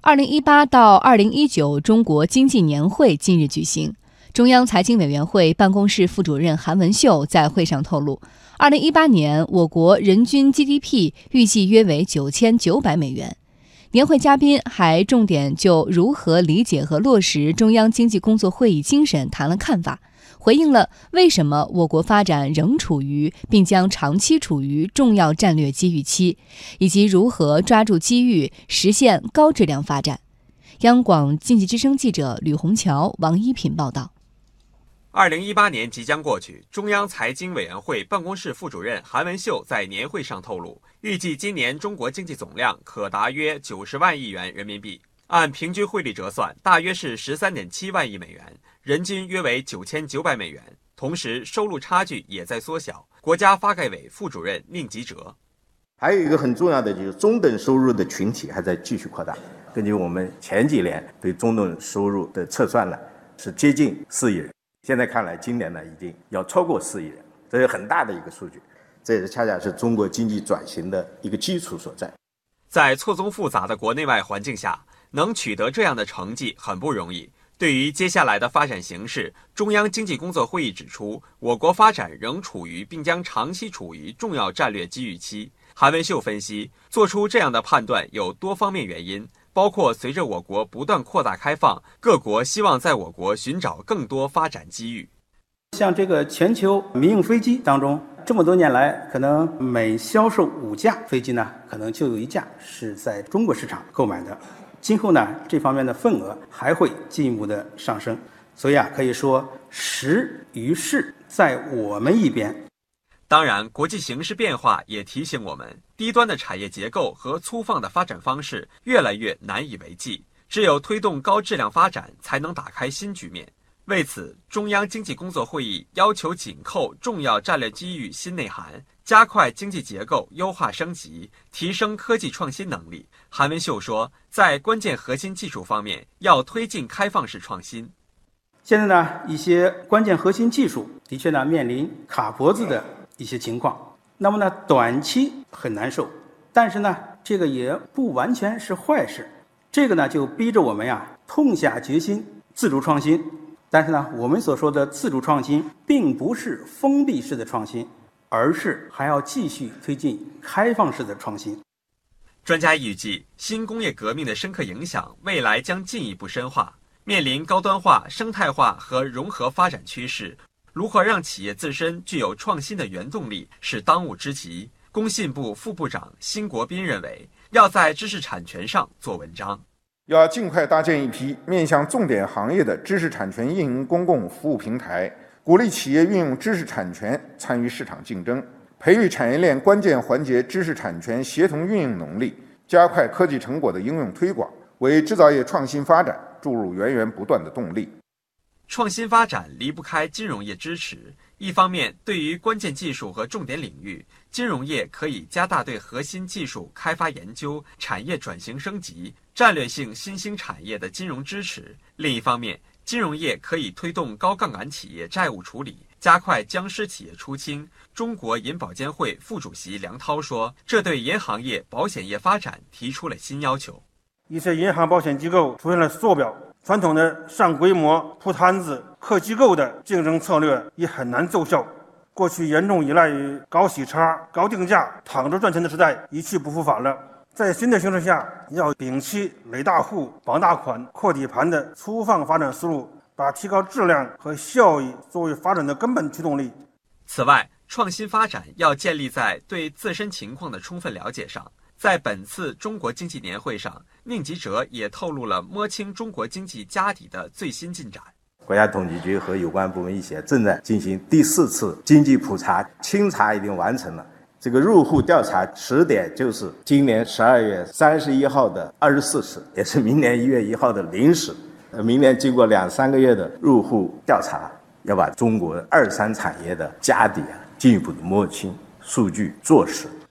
2018到2019中国经济年会近日举行。中央财经委员会办公室副主任韩文秀在会上透露，2018年我国人均 GDP 预计约为9900美元。年会嘉宾还重点就如何理解和落实中央经济工作会议精神谈了看法，回应了为什么我国发展仍处于并将长期处于重要战略机遇期，以及如何抓住机遇实现高质量发展。央广经济之声记者吕红桥、王一品报道。 2018年即将过去，中央财经委员会办公室副主任韩文秀在年会上透露，预计今年中国经济总量可达约90万亿元人民币，按平均汇率折算，大约是13.7万亿美元，人均约为9900美元。同时，收入差距也在缩小。国家发改委副主任宁吉喆： 还有一个很重要的就是中等收入的群体还在继续扩大。根据我们前几年对中等收入的测算呢，是接近4亿人。现在看来，今年呢已经要超过4亿人，这是很大的一个数据。这也是恰恰是中国经济转型的一个基础所在。 在错综复杂的国内外环境下，能取得这样的成绩很不容易。对于接下来的发展形势，中央经济工作会议指出，我国发展仍处于并将长期处于重要战略机遇期。韩文秀分析，做出这样的判断有多方面原因，包括随着我国不断扩大开放，各国希望在我国寻找更多发展机遇。 像这个全球民用飞机当中，这么多年来，可能每销售5架飞机呢，可能就有1架是在中国市场购买的。今后呢，这方面的份额还会进一步的上升。所以可以说时于势在我们一边。 当然，国际形势变化也提醒我们，低端的产业结构和粗放的发展方式越来越难以为继，只有推动高质量发展，才能打开新局面。为此，中央经济工作会议要求紧扣重要战略机遇新内涵，加快经济结构优化升级，提升科技创新能力。韩文秀说，在关键核心技术方面，要推进开放式创新。 现在呢，一些关键核心技术的确呢面临卡脖子的一些情况，那么呢短期很难受，但是呢这个也不完全是坏事，这个呢就逼着我们痛下决心自主创新。但是呢我们所说的自主创新并不是封闭式的创新，而是还要继续推进开放式的创新。 专家预计，新工业革命的深刻影响未来将进一步深化，面临高端化、生态化和融合发展趋势，如何让企业自身具有创新的原动力是当务之急。工信部副部长辛国斌认为，要在知识产权上做文章， 要尽快搭建一批面向重点行业的知识产权运营公共服务平台，鼓励企业运用知识产权参与市场竞争，培育产业链关键环节知识产权协同运用能力，加快科技成果的应用推广，为制造业创新发展注入源源不断的动力。 创新发展离不开金融业支持。一方面，对于关键技术和重点领域，金融业可以加大对核心技术开发研究、产业转型升级、战略性新兴产业的金融支持；另一方面，金融业可以推动高杠杆企业债务处理，加快僵尸企业出清。中国银保监会副主席梁涛说，这对银行业、保险业发展提出了新要求。 一些银行保险机构出现了缩表，传统的上规模、铺摊子、克机构的竞争策略也很难奏效。过去严重依赖于高息差、高定价、躺着赚钱的时代一去不复返了。在新的形势下，要摒弃垒大户、绑大款、扩底盘的粗放发展思路，把提高质量和效益作为发展的根本驱动力。 此外，创新发展要建立在对自身情况的充分了解上。在本次中国经济年会上，宁吉喆也透露了摸清中国经济家底的最新进展。 国家统计局和有关部门一起正在进行第4次经济普查，清查已经完成了。这个入户调查时点就是今年12月31号的24时，也是明年1月1号的0时。明年经过2-3个月的入户调查，要把中国2、3产业的家底进一步的摸清，数据坐实。